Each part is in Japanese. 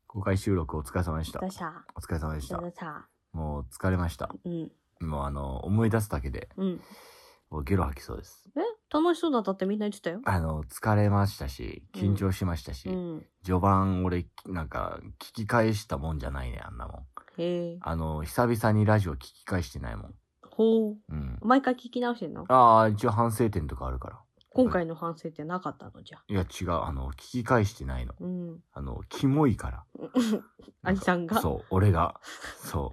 公開収録お疲れ様でした。 どうした？ お疲れ様でした。 どうした？ もう疲れました。 うん。 もう思い出すだけで、もうゲロ吐きそうです。 楽しそうだったってみんな言ってたよ。 疲れましたし、緊張しましたし、序盤俺、なんか、聞き返したもんじゃないね、あんなもん。 へえ。 久々にラジオ聞き返してないもん。 ほう。毎回聞き直してんの？ 一応反省点とかあるから。 今回の反省ってなかったのじゃ？ いや違う、聞き返してないの。キモいから。 兄さんが？ そう、俺が。そう。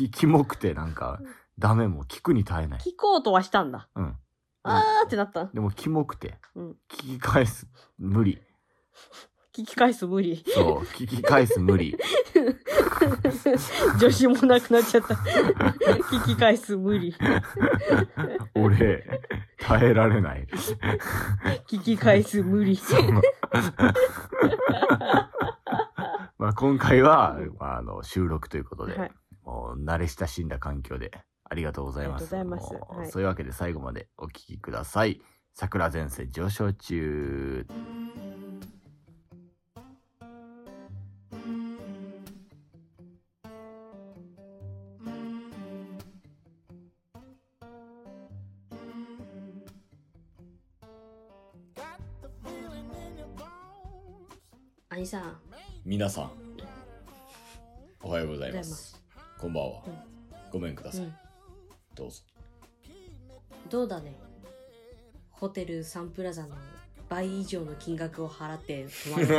キモくてなんか、ダメ、もう聞くに耐えない。 聞こうとはしたんだ。あーってなった。 でもキモくて、聞き返す、無理。 聞き返す無理。 そう、聞き返す無理。 女子もなくなっちゃった。聞き返す無理。 俺、耐えられない。 聞き返す無理。 まあ今回は、収録ということで、もう慣れ親しんだ環境でありがとうございます。 ありがとうございます。 そういうわけで最後までお聞きください。桜前線上昇中。 兄さん。 皆さん、おはようございます。こんばんは。ごめんください。どうぞ。 どうだね。ホテルサンプラザの倍以上の金額を払って泊まる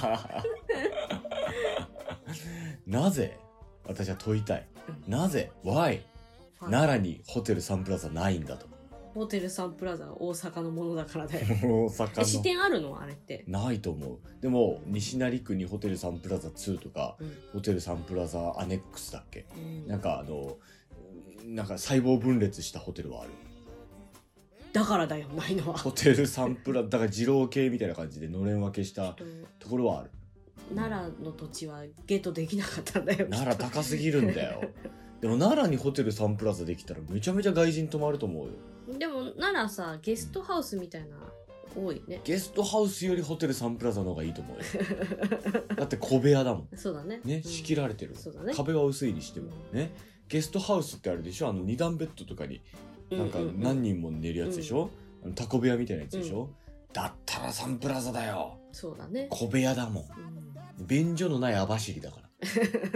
なぜ？私は問いたい。なぜ？ Why？ 奈良にホテルサンプラザないんだと。 ホテルサンプラザは大阪のものだからだよ。 大阪の。 支店あるの？あれって。 ないと思う。でも、西成区にホテルサンプラザ2とか、ホテルサンプラザアネックスだっけ、なんかなんか細胞分裂したホテルはある。 だからだよ、ないのは。 ホテルサンプラザ、だから二郎系みたいな感じでのれん分けしたところはある。 奈良の土地はゲットできなかったんだよ。 奈良高すぎるんだよ。でも奈良にホテルサンプラザできたらめちゃめちゃ外人泊まると思うよ。 でも奈良さ、ゲストハウスみたいな多いね。 ゲストハウスよりホテルサンプラザの方がいいと思うよ。だって小部屋だもん。 そうだね。 仕切られてる。 そうだね。 壁は薄いにしてもね。ゲストハウスってあるでしょ、二段ベッドとかになんか何人も寝るやつでしょ、タコ部屋みたいなやつでしょ、だったらサンプラザだよ。 そうだね。 小部屋だもん。便所のない網走だから。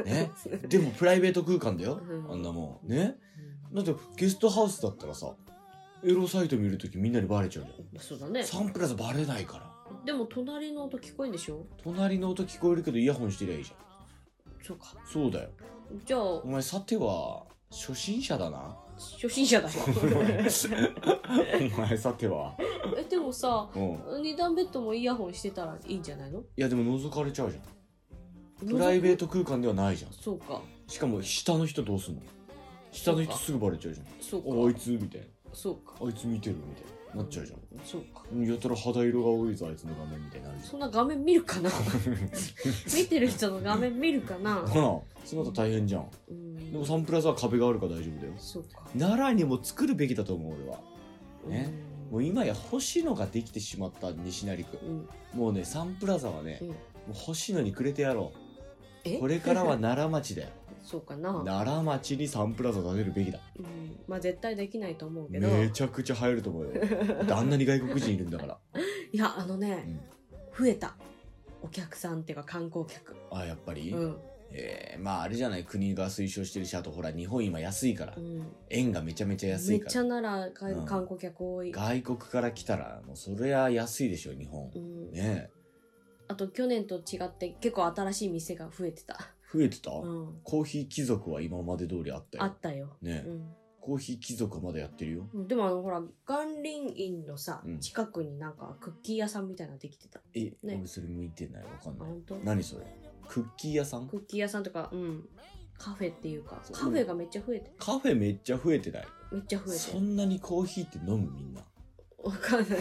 ね。でもプライベート空間だよ。あんなもん。ね。だってゲストハウスだったらさ、エロサイト見るときみんなにバレちゃうじゃん。 そうだね。 サンプラザバレないから。 でも隣の音聞こえんでしょ？ 隣の音聞こえるけどイヤホンしてりゃいいじゃん。 そうか。 そうだよ。 じゃあお前さては初心者だな。 初心者だよ。 お前さては。 でもさ、二段ベッドもイヤホンしてたらいいんじゃないの？いやでも覗かれちゃうじゃん。プライベート空間ではないじゃん。 そうか。 しかも下の人どうすんの？下の人すぐバレちゃうじゃん。 そうか。 あいつみたいな。 そうか。 あいつ見てるみたいななっちゃうじゃん。 そうか。 やたら肌色が多いぞあいつの画面みたいになるじゃん。 そんな画面見るかな？見てる人の画面見るかな？ かな。その後大変じゃん。でもサンプラザは壁があるから大丈夫だよ。そうか。奈良にも作るべきだと思う俺は。ね。もう今や星野ができてしまった西成区。もうねサンプラザはね、もう星野にくれてやろう。これからは奈良町だよ。そうかな。奈良町にサンプラザ建てるべきだ。 まあ絶対できないと思うけど。 めちゃくちゃ入ると思うよ。あんなに外国人いるんだから。 いや増えたお客さんっていうか観光客。 あ、やっぱり。まああれじゃない、国が推奨してるし、あとほら日本今安いから、円がめちゃめちゃ安いから。めっちゃ奈良観光客多い。 外国から来たらもうそれは安いでしょ日本。ね。 あと去年と違って結構新しい店が増えてた。 増えてた？コーヒー貴族は今まで通りあったよ。 あったよ。 ね。コーヒー貴族はまだやってるよ。 でもほら岩林院のさ、近くになんかクッキー屋さんみたいなのできてた。 俺それ見てない、わかんない。何それ？クッキー屋さん？ クッキー屋さんとか、カフェっていうか、カフェがめっちゃ増えて。 カフェめっちゃ増えてない？ めっちゃ増えて。そんなにコーヒーって飲むみんな？ わかんない。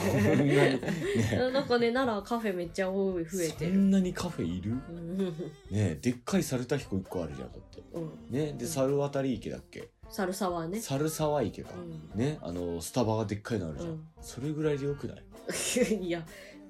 なんかね、奈良カフェめっちゃ増えてる。 そんなにカフェいる？ね、でっかい猿田彦1個あるじゃんだって。ね、で猿渡池だっけ？ 猿沢ね。 猿沢池か。ね、スタバがでっかいのあるじゃん。それぐらいでよくない？ いや、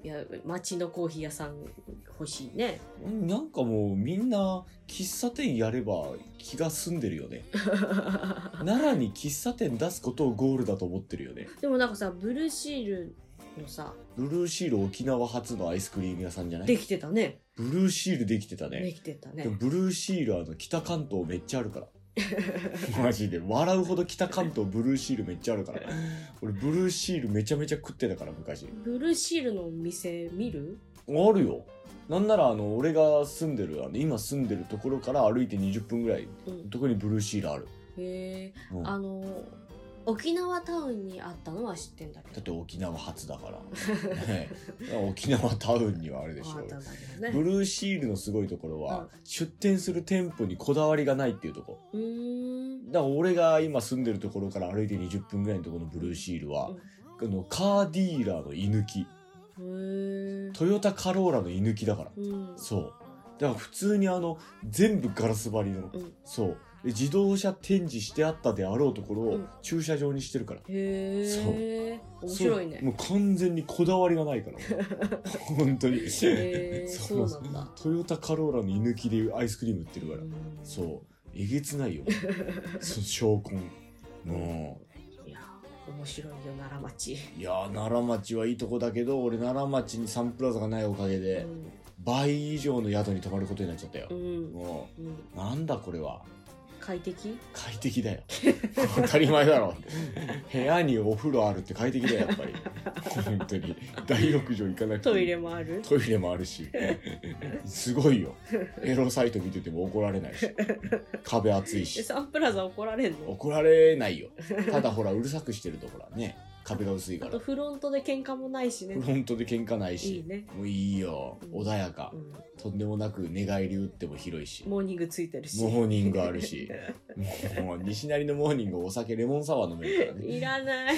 いや町のコーヒー屋さん欲しいね。 なんかもうみんな喫茶店やれば気が済んでるよね。奈良に喫茶店出すことをゴールだと思ってるよね。 でもなんかさ、ブルーシールのさ、 ブルーシール沖縄初のアイスクリーム屋さんじゃない？ できてたね。 ブルーシールできてたね。 できてたね。 でもブルーシール北関東めっちゃあるから。マジで笑うほど北関東ブルーシールめっちゃあるから。俺ブルーシールめちゃめちゃ食ってたから昔。 ブルーシールの店見る？ あるよ。なんなら俺が住んでる今住んでるところから歩いて20分ぐらいのところにブルーシールある。 へえ、沖縄タウンにあったのは知ってんだけど。 だって沖縄初だから。沖縄タウンにはあるでしょう。ね、ブルーシールのすごいところは、出店する店舗にこだわりがないっていうところ。だから俺が今住んでるところから歩いて20分ぐらいのところのブルーシールは、カーディーラーの居抜き。トヨタカローラの居抜きだから。そう。だから普通に全部ガラス張りの。そう。自動車展示してあったであろうところを駐車場にしてるから。 へえ。面白いね。 もう完全にこだわりがないから。本当に。 そうなんだ。 トヨタカローラの居抜きでアイスクリーム売ってるから。そう。えげつないよ。証拠。 いや、面白いよ、奈良町。 いや、奈良町はいいとこだけど、俺奈良町にサンプラザがないおかげで、倍以上の宿に泊まることになっちゃったよ。もう、なんだこれは。 快適だよ。当たり前だろ。部屋にお風呂あるって快適だよ、やっぱり。本当に。大浴場行かなくて。 トイレもあるし。すごいよ。エロサイト見てても怒られないし。壁厚いし。 サンプラザ怒られんの？ 怒られないよ。ただほら、うるさくしてるとほらね。壁が薄いから。 あとフロントで喧嘩もないしね。 フロントで喧嘩ないし。 いいね。 もういいよ。穏やか。とんでもなく寝返り打っても広いし。 モーニングついてるし。 モーニングあるし。もう西成のモーニングお酒レモンサワー飲めるからね。 いらない。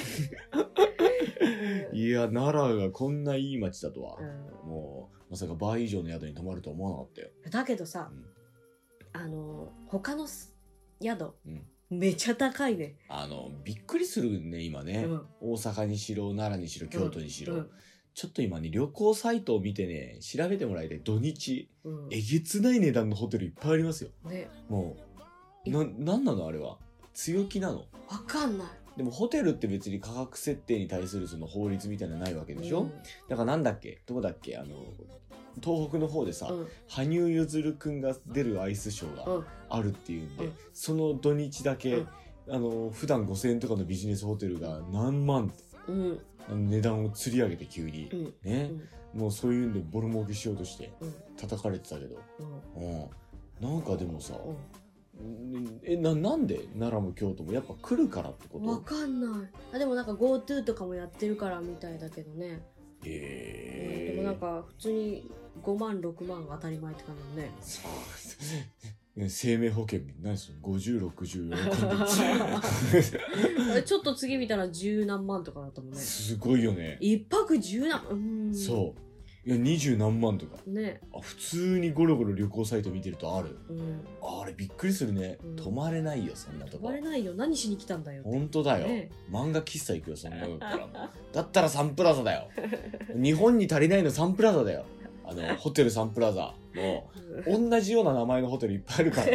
いや、奈良がこんないい街だとは。もう、まさか倍以上の宿に泊まるとは思わなかったよ。 だけどさ、他の宿、めちゃ高いね。 びっくりするね、今ね。大阪にしろ、奈良にしろ、京都にしろ。ちょっと今ね、旅行サイトを見てね、調べてもらいたい。土日、えげつない値段のホテルいっぱいありますよ。ね。もう、なんなのあれは。強気なの？ わかんない。 でもホテルって別に価格設定に対するその法律みたいなのないわけでしょ？だからなんだっけ？どこだっけ？東北の方でさ、羽生結弦くんが出るアイスショーがあるっていうんで、その土日だけ、普段5000円とかのビジネスホテルが何万って、値段を釣り上げて急に、ね、もうそういうんでボロ儲けしようとして叩かれてたけど、なんかでもさ、なんで奈良も京都もやっぱ来るからってこと？ わかんない。でもなんか GoTo とかもやってるからみたいだけどね。でもなんか普通に5万6万当たり前って感じだね。 そう生命保険何それ50、60 ちょっと次見たら10何万とかだったもんね。 すごいよね。 一泊10何そういや20何万とかね。 普通にゴロゴロ旅行サイト見てるとある、あれびっくりするね、泊まれないよそんなとこ。 泊まれないよ、何しに来たんだよ。 本当だよ、漫画喫茶行くよそんなのだったらサンプラザだよ。日本に足りないのサンプラザだよ。ホテルサンプラザもう同じような名前のホテルいっぱいあるから、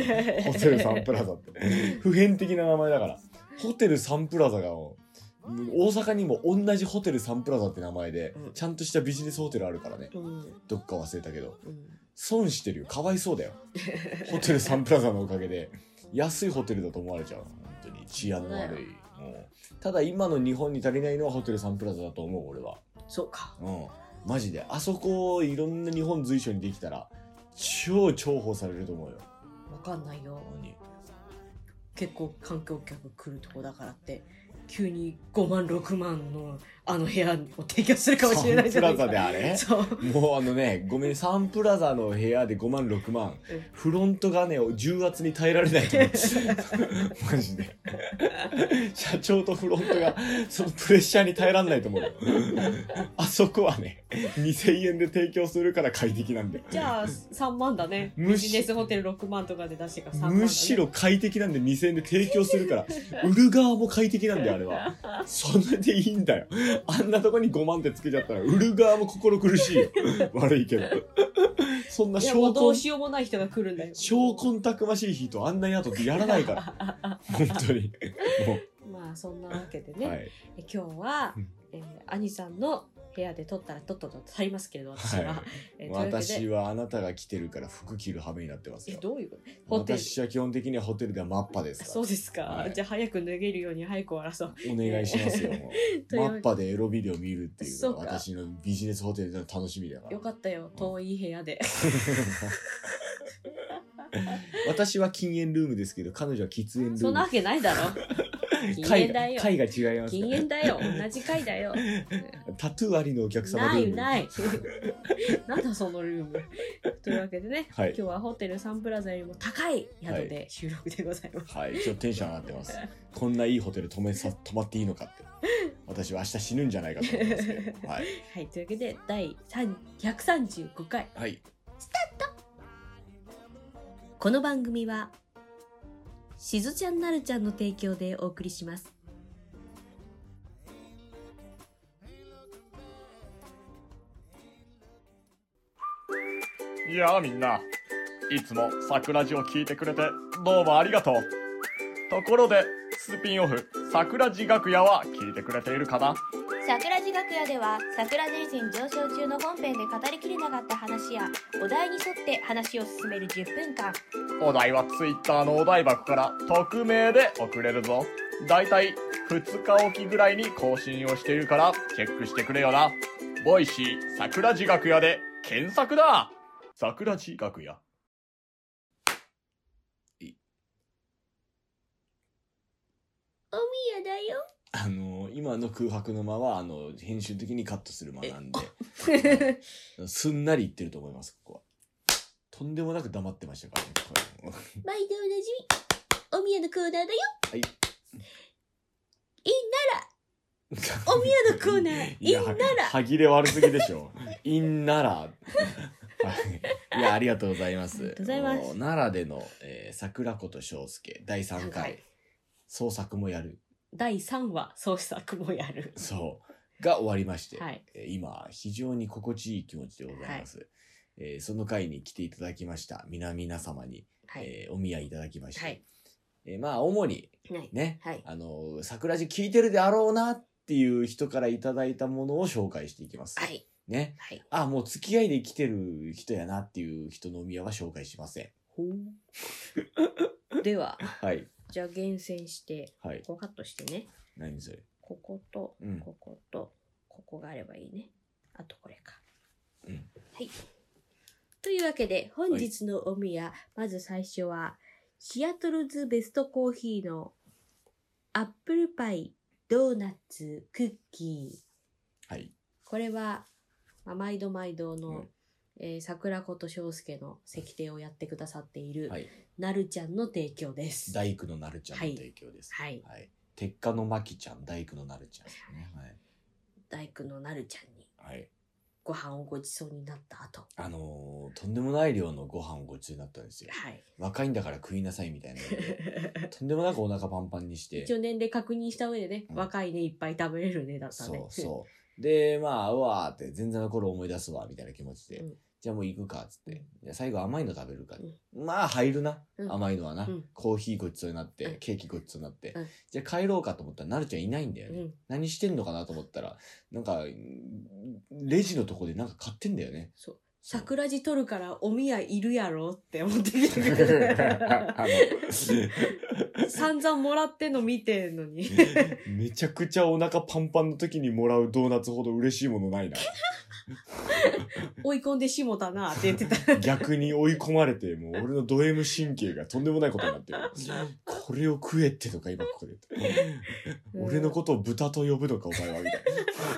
ホテルサンプラザって普遍的な名前だから。ホテルサンプラザが大阪にも同じホテルサンプラザって名前で、ちゃんとしたビジネスホテルあるからね、どっか忘れたけど、損してるよ。かわいそうだよ。ホテルサンプラザのおかげで安いホテルだと思われちゃう。本当に治安の悪い。ただ今の日本に足りないのはホテルサンプラザだと思う俺は。 そうか。 マジであそこいろんな日本随所にできたら超重宝されると思うよ。 わかんないよ。結構観光客来るとこだからって急に5万6万の部屋を提供するかもしれないじゃないですか。サンプラザであれ？そう。もうごめん、サンプラザの部屋で5万6万。フロントがね、重圧に耐えられないと思う。マジで。社長とフロントがそのプレッシャーに耐えられないと思うよ。あそこはね、2000円で提供するから快適なんだよ。 じゃあ3万だね。ビジネスホテル6万とかで出してから3万だね。 むしろ快適なんで2000円で提供するから、売る側も快適なんだよ、ああれは。それでいいんだよ。あんなとこに5万ってつけちゃったら売る側も心苦しいよ。悪いけど。そんなどうしようもない人が来るんだよ。 証拠たくましい人あんな宿ってやらないから。本当に。 まあそんなわけでね、はい、今日は、兄さんの部屋で撮ったらとっとと去りますけれど、私は、 私はあなたが来てるから服着る羽目になってますよ。 どういう私は基本的にはホテルではマッパですから。 そうですか、はい、じゃあ早く脱げるように早く終わらそう。 お願いしますよ。もうマッパでエロビデオ見るっていうのが私のビジネスホテルでの楽しみだから。 よかったよ、遠い部屋で。 私は禁煙ルームですけど、彼女は喫煙ルーム。 そんなわけないだろ。禁煙だよ。 階が違います。 禁煙だよ。同じ階だよ。 タトゥーありのお客様ルーム。 ない。なんだそのルーム。というわけでね、はい、今日はホテルサンプラザよりも高い宿で収録でございます。 はい、今日テンション上がってます。こんないいホテル泊まっていいのかって。私は明日死ぬんじゃないかと思いますけど。はい。 はい、というわけで第135回。 はい。 スタート。この番組はしずちゃんなるちゃんの提供でお送りします。 いやあみんな、いつも桜地を聞いてくれてどうもありがとう。ところでスピンオフ桜地楽屋は聞いてくれているかな？ 桜地楽屋では桜前線上昇中の本編で語りきれなかった話やお題に沿って話を進める10分間。 お題はツイッターのお題箱から匿名で送れるぞ。だいたい2日おきぐらいに更新をしているからチェックしてくれよな。ボイシー桜地楽屋で検索だ。桜地楽屋。 おみやだよ。 今の空白の間は編集的にカットする間なんですんなり言ってると思います。ここはとんでもなく黙ってましたからね。 毎度おなじみおみやのコーナーだよ。 はい。 いんならおみやのコーナーいんなら歯切れ悪すぎでしょ。いんならいや、ありがとうございます。 ありがとうございます。 奈良での、桜子と翔介第3回創作もやる第3話創作もやるそうが終わりまして、 はい、 今非常に心地いい気持ちでございます、はい、その回に来ていただきました皆様に、はい、お見合いいただきまして、はいまあ主にね、はい、桜地聞いてるであろうなっていう人からいただいたものを紹介していきます、 はいね、はい、もう付き合いで生きてる人やなっていう人のお見合いは紹介しません。 ほうでは、 はい、 じゃあ厳選して、 はい、 こうカットしてね。 何それ？ ここと、ここと、ここがあればいいね。あとこれか。 うん。 はい。というわけで、本日のおみや、まず最初は、シアトルズベストコーヒーのアップルパイ、ドーナツ、クッキー。はい。 これは、毎度毎度の、桜子と翔介の石庭をやってくださっている、はい、なるちゃんの提供です。 大工のなるちゃんの提供です。 はい。はい、 鉄火のまきちゃん、大工のなるちゃんですね。はい。 大工のなるちゃんに、 はい、 ご飯をごちそうになった後。 とんでもない量のご飯をごちそうになったんですよ。 はい。 若いんだから食いなさいみたいなとんでもなくお腹パンパンにして。 一応年齢確認した上でね、若いね、いっぱい食べれるね、だったね。 そう。で、うわーって全然の頃思い出すわ、みたいな気持ちで。じゃあもう行くか、つって。じゃあ最後甘いの食べるか。まあ入るな。甘いのはな。コーヒーごちそうになって、ケーキごちそうになって。じゃあ帰ろうかと思ったら、なるちゃんいないんだよね。何してんのかなと思ったら、なんか、レジのとこでなんか買ってんだよね。 そう。桜地取るからおみやいるやろって思ってきてくれ散々もらってんの見てんのにめちゃくちゃお腹パンパンの時にもらうドーナツほど嬉しいものないな追い込んでしもたなって言ってた逆に追い込まれてもう俺のド M 神経がとんでもないことになってるこれを食えってとか今ここで俺のことを豚と呼ぶのかお前はみたいな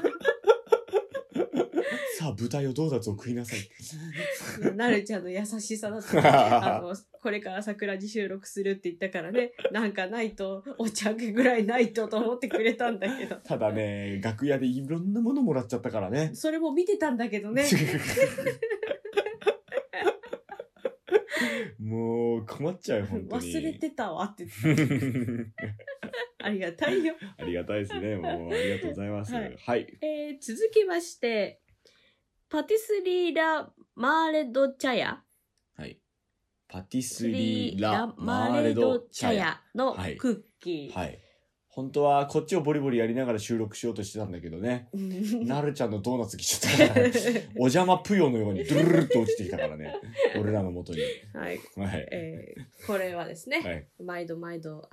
さあ豚よドーナツを食いなさいなるちゃんの優しさだったこれから桜地収録するって言ったからねなんかないとお茶ぐらいないと思ってくれたんだけどただね楽屋でいろんなものもらっちゃったからねそれも見てたんだけどねもう困っちゃう本当に忘れてたわって言ってありがたいよ。 ありがたいですね。もうありがとうございます。はい。はい、 続きまして、パティスリーラ・マーレド茶屋。 はい。パティスリーラ・マーレド茶屋のクッキー。はい。本当はこっちをボリボリやりながら収録しようとしてたんだけどね。なるちゃんのドーナツ来ちゃったから、お邪魔ぷよのようにドゥルルルって落ちてきたからね。俺らの元に。 はい。はい。これはですね、はい、毎度、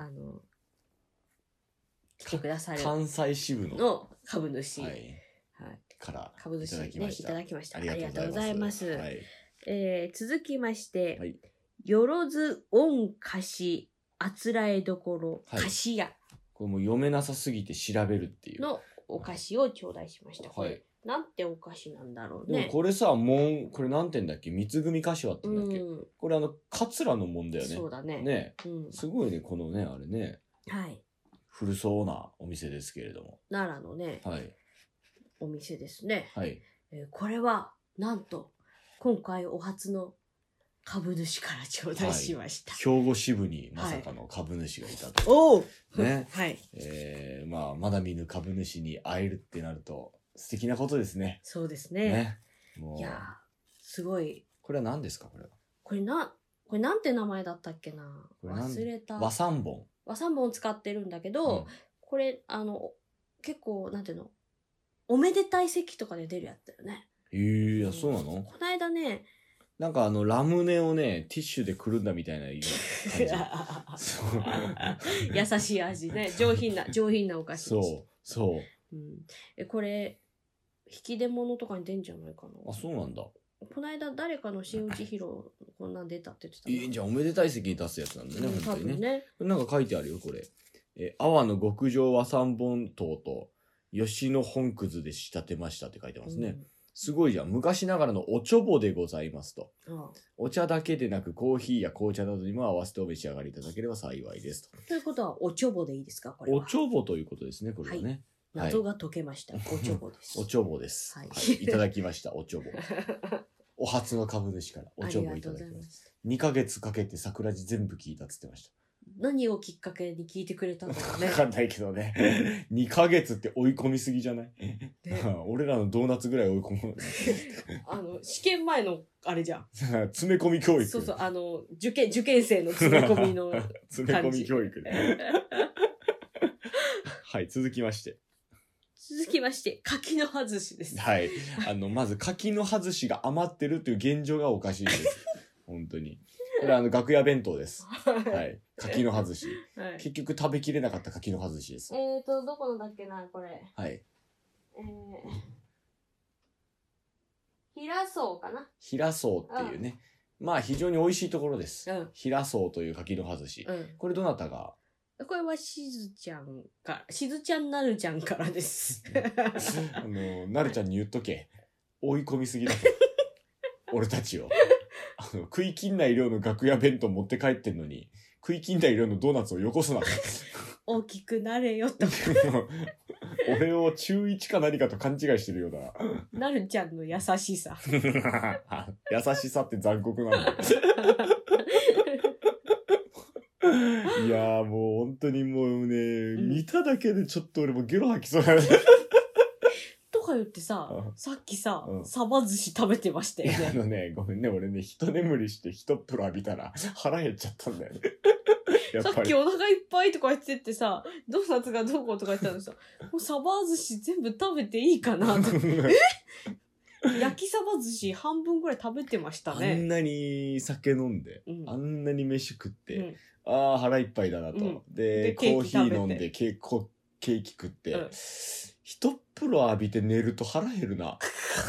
来てくださる。 関西支部の株主。 はい。はい。から株主ね、いただきました。ありがとうございます。はい。続きまして、はい、よろず御菓子あつらえどころ菓子屋。 これもう読めなさすぎて調べるっていう。 のお菓子を頂戴しました。はい。なんてお菓子なんだろうね。 でもこれさ、これなんて言うんだっけ、三つ組菓子はって言うんだっけ、これ桂のもんだよね。 そうだね。 ね、すごいね、このね、あれね。 はい。 古そうなお店ですけれども。 奈良のね。 はい。 お店ですね。 はい。 これは、なんと、今回お初の株主から頂戴しました。 はい、兵庫支部にまさかの株主がいたと。 おおね。 はい。 まあ、まだ見ぬ株主に会えるってなると、素敵なことですね。 そうですね。 ね。 もういやすごい。 これは何ですか、これは。 これなんて名前だったっけな。忘れた。 和三本。 和三本使ってるんだけど、これ、結構、なんていうの、おめでたい席とかで出るやつだよね。 いや、そうなの？ この間ね、 なんかラムネをね、ティッシュでくるんだみたいな感じ。優しい味ね。上品なお菓子。 そう。 これ、引き出物とかに出んじゃないかな。 あ、そうなんだ。 この間誰かの新内弘こんなん出たって言ってた。 いいじゃん、おめでたい席に出すやつなんだね、本当にね。なんか書いてあるよ、これ。阿波の極上和三本糖と、吉野本くずで仕立てましたって書いてますね。すごいじゃん。昔ながらのおちょぼでございますと。お茶だけでなくコーヒーや紅茶などにも合わせてお召し上がりいただければ幸いですと。 ということは、おちょぼでいいですか、これは。 おちょぼということですね、これはね。 謎が解けました。おちょぼです。 おちょぼです。はい。いただきました、おちょぼ。お初の株主からおちょぼいただきます。2ヶ月かけて桜地全部聞いたっつってました。 何をきっかけに聞いてくれたんだろうね。 わかんないけどね。2ヶ月って追い込みすぎじゃない？俺らのドーナツぐらい追い込む。 試験前のあれじゃん。 詰め込み教育。 そうそう、受験生の詰め込みの詰め込み教育ね。はい、続きまして、 柿の外しです。 はい。まず柿の外しが余ってるという現状がおかしいです。本当に。これ楽屋弁当です。はい。柿の外し。はい、結局食べきれなかった柿の外しです。 どこのだっけな、これ。 はい。 平荘かな。 平荘っていうね。まあ非常に美味しいところです。平荘という柿の外し。これどなたが？ これはしずちゃんなるちゃんからです。 なるちゃんに言っとけ。追い込みすぎだと。俺たちを。食い切んない量の楽屋弁当持って帰ってんのに、食い切んない量のドーナツをよこすな。 大きくなれよと。 俺を中1か何かと勘違いしてるようだな。なるちゃんの優しさ。 優しさって残酷なんだ。いやーもう本当にもうね、見ただけでちょっと俺もゲロ吐きそうだね。 とか言ってさ、さっきさ、サバ寿司食べてましたよね。ごめんね、俺ね、一眠りして一風呂浴びたら腹減っちゃったんだよね。 さっきお腹いっぱいとか言ってってさ、ドーナツがどうこうとか言ったのさ、もうサバ寿司全部食べていいかなって。焼きサバ寿司半分ぐらい食べてましたね。 あんなに酒飲んで、あんなに飯食って、ああ腹いっぱいだなと。で、コーヒー飲んでケーキ食って、一風呂浴びて寝ると腹減るな。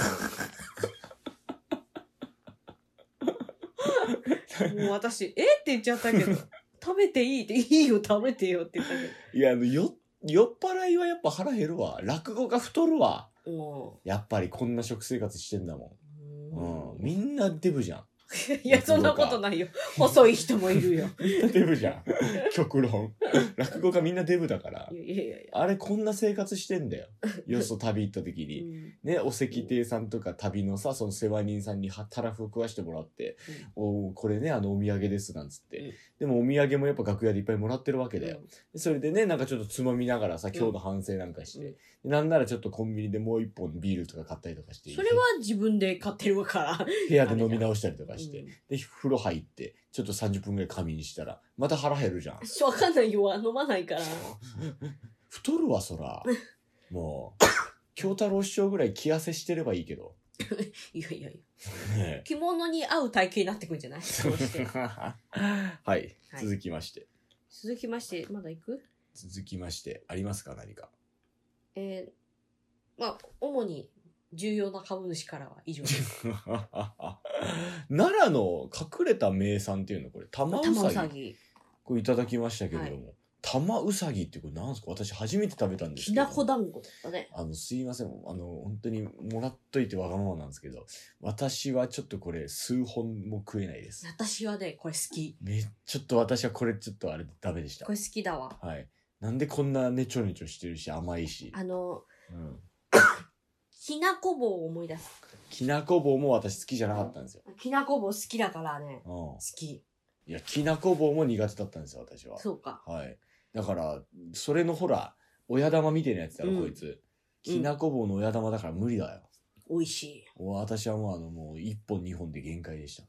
もう私、って言っちゃったけど、食べていいって、いいよ食べてよって言ったけど。 いや、酔っ払いはやっぱ腹減るわ。落語が太るわ。やっぱりこんな食生活してんだもん。みんなデブじゃん。 いや、そんなことないよ。細い人もいるよ。 みんなデブじゃん。極論。落語家みんなデブだから。 いや。 あれこんな生活してんだよ。よそ旅行った時に。ね、お石亭さんとか旅のさ、その世話人さんにたらふを食わしてもらって、これね、お土産ですなんつって。でもお土産もやっぱ楽屋でいっぱいもらってるわけだよ。それでね、なんかちょっとつまみながらさ、今日の反省なんかして。なんならちょっとコンビニでもう一本ビールとか買ったりとかして。 それは自分で買ってるから。 部屋で飲み直したりとかして。で、風呂入って、ちょっと30分くらい仮眠したら、また腹減るじゃん。 わかんないよ、飲まないから。 太るわ、そら。もう、京太郎師匠ぐらい気痩せしてればいいけど。 いや。ね、着物に合う体型になってくんじゃないそうして。 はい。続きまして。 まだ行く？ 続きまして、ありますか何か。 まあ、主に重要な株主からは以上です。 奈良の隠れた名産っていうのこれ、玉うさぎ。これいただきましたけれども。玉うさぎってこれ何ですか？私初めて食べたんですけど。 きなこ団子だったね。 すいません。本当にもらっといてわがままなんですけど、私はちょっとこれ数本も食えないです。 私はね、これ好き。 ちょっと私はこれちょっとあれダメでした。 これ好きだわ。 はい。なんでこんなねちょねちょしてるし甘いし。 きなこ棒を思い出す。 きなこ棒も私好きじゃなかったんですよ。 きなこ棒好きだからね。好き。 いや、きなこ棒も苦手だったんですよ、私は。 そうか。 はい。だから、それのほら、親玉みたいなやつだろ、こいつ。きなこ棒の親玉だから無理だよ。 美味しい。 私はもうもう1本2本で限界でした。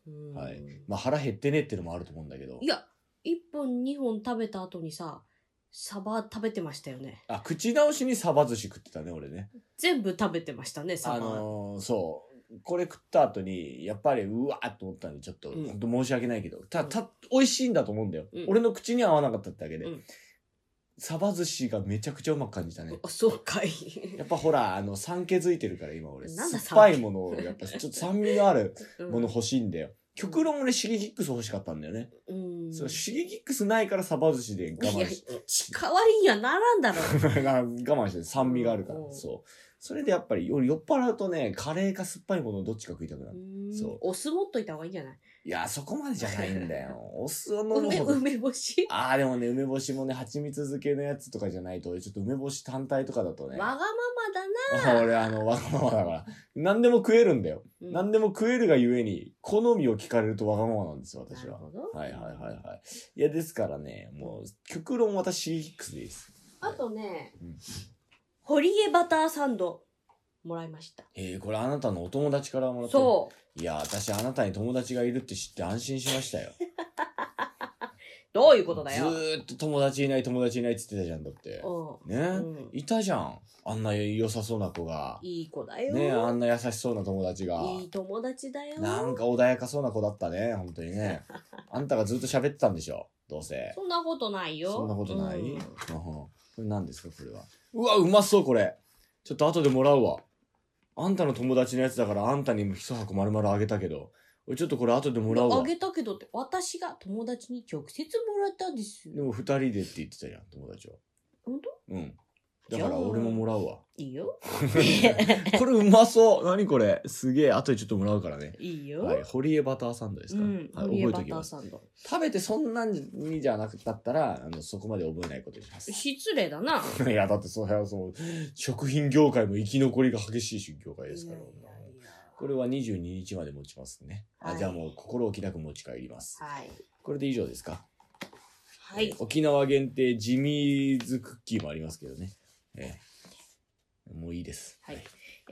はい。まあ腹減ってねってのもあると思うんだけど。 いや、1本2本食べた後にさ、サバ食べてましたよね。 口直しにサバ寿司食ってたね、俺ね。 全部食べてましたね、サバ。 そう。これ食った後に、やっぱりうわーっと思ったんで、ちょっと、ほんと申し訳ないけど、美味しいんだと思うんだよ。俺の口には合わなかったってだけで。サバ寿司がめちゃくちゃうまく感じたね。 そうかい。 やっぱほら、酸気づいてるから今俺。酸っぱいものを、やっぱちょっと酸味のあるもの欲しいんだよ。極論俺シゲキックス欲しかったんだよね。そうシゲキックスないからサバ寿司で我慢して。 代わりにはならんだろ。 我慢して酸味があるから。そう。それでやっぱり酔っ払うとね、カレーか酸っぱいものどっちか食いたくなる。 そう。お酢持っといた方がいいんじゃない？ いや、そこまでじゃないんだよ。お酢を飲む梅干しでもね、梅干しもね、蜂蜜漬けのやつとかじゃないと、ちょっと梅干し単体とかだとね。 わがままだな。 俺、わがままだから。何でも食えるんだよ。何でも食えるがゆえに、好みを聞かれるとわがままなんですよ、私は。はい。いや、ですからね、もう、極論私、6でいいです。 あとね、堀江バターサンド。もらいました。 これあなたのお友達からもらった。 そう。 いや、私あなたに友達がいるって知って安心しましたよ。 どういうことだよ。 ずーっと友達いないって言ってたじゃん、だって。ね、いたじゃん。あんな良さそうな子が。 いい子だよ。 ね、あんな優しそうな友達が。 いい友達だよ。 なんか穏やかそうな子だったね、本当にね。あんたがずっと喋ってたんでしょ、どうせ。 そんなことないよ。 そんなことない？これ何ですか、これは。うわ、うまそう、これ。ちょっと後でもらうわ。あんたの友達のやつだからあんたにも一箱丸々あげたけど、俺ちょっとこれ後でもらうわ。 あげたけどって、私が友達に直接もらったんですよ。 でも2人でって言ってたじゃん、友達は。 本当？ うん。だから俺ももらうわ。 いいよ。 これうまそう。何これ。すげえ。後でちょっともらうからね。 いいよ。 はい。堀江バターサンドですか？ 堀江バターサンド。 食べてそんなんにじゃなかったら、そこまで覚えないことにします。 失礼だな。 いや、だってそれは食品業界も生き残りが激しい業界ですから。これは22日まで持ちますね。じゃあもう心置きなく持ち帰ります。はい。これで以上ですか？はい。沖縄限定ジミーズクッキーもありますけどね。もういいです。 はい。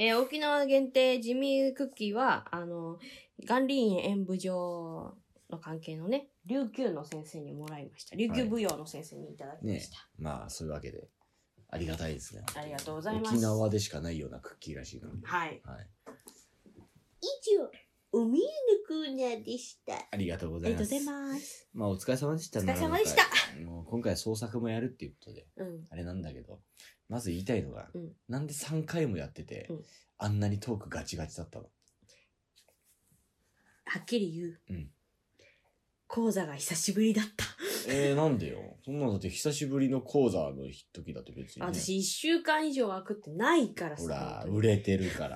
沖縄限定ジミークッキーは、元林院演舞場の関係のね、琉球の先生にもらいました。琉球舞踊の先生にいただきました。 まあ、そういうわけで、ありがたいですね。 ありがとうございます。 沖縄でしかないようなクッキーらしいので。 はい。以上、海のコーナーでした。 ありがとうございます。 ありがとうございます。 まあ、お疲れ様でした。 お疲れ様でした。 もう今回創作もやるっていうことで、あれなんだけど、まず言いたいのが、なんで3回もやってて、あんなにトークガチガチだったの？ はっきり言う。講座が久しぶりだった。 なんでよ。そんなのだって久しぶりの講座の時だって別に、ね。 私1週間以上空くってないからさ。 ほら、売れてるから。